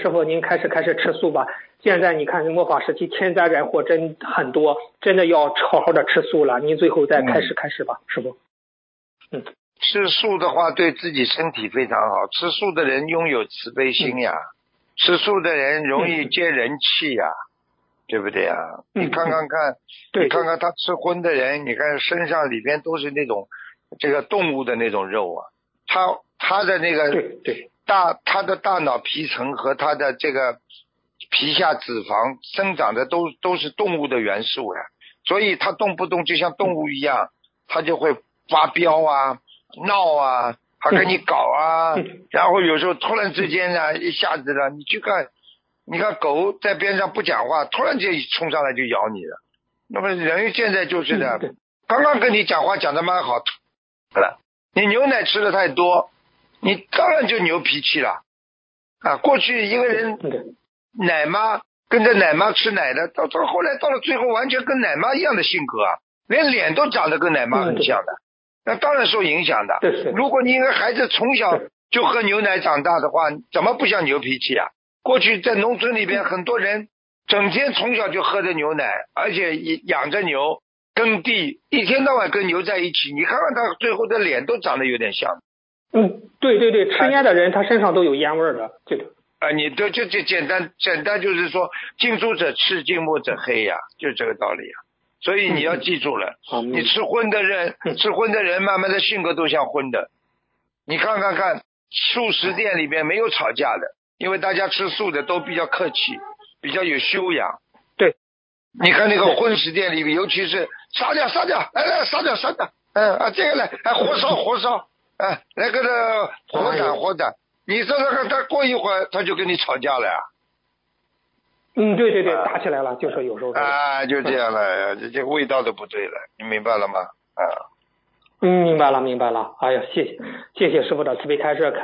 师傅您开始吃素吧。现在你看末法时期天灾人祸真很多，真的要好好的吃素了。您最后再开始吧，师傅。 吃素的话对自己身体非常好，吃素的人拥有慈悲心呀，吃素的人容易接人气呀，对不对呀？你看看，你看看他吃荤的人，你看身上里边都是那种这个动物的那种肉啊，他的那个他的大脑皮层和他的这个皮下脂肪生长的都是动物的元素呀，所以他动不动就像动物一样，他就会发飙啊、闹啊，他跟你搞啊，然后有时候突然之间呢，一下子呢，你看狗在边上不讲话，突然间冲上来就咬你了。那么人现在就是的，刚刚跟你讲话讲得蛮好了，你牛奶吃的太多，你当然就牛脾气了啊。过去一个人奶妈跟着奶妈吃奶的，到后来到了最后完全跟奶妈一样的性格啊，连脸都长得跟奶妈很像的，那当然受影响的。如果你一个孩子从小就喝牛奶长大的话，怎么不像牛脾气啊？过去在农村里边，很多人整天从小就喝着牛奶，而且养着牛耕地，一天到晚跟牛在一起，你看看他最后的脸都长得有点像。 对，吃烟的人他身上都有烟味的，这个。 你就简单就是说，近朱者赤，近墨者黑呀，就这个道理呀。所以你要记住了，你吃荤的人慢慢的性格都像荤的。你看素食店里边没有吵架的，因为大家吃素的都比较客气，比较有修养。 对， 你看那个荤食店里面，尤其是烧掉，来烧掉，这个来，火烧，来个的火胆，你说那个他过一会儿他就跟你吵架了呀。 对，打起来了，就是有时候就这样了，这味道都不对了，你明白了吗？ 明白了。哎呀，谢谢师傅的慈悲开示。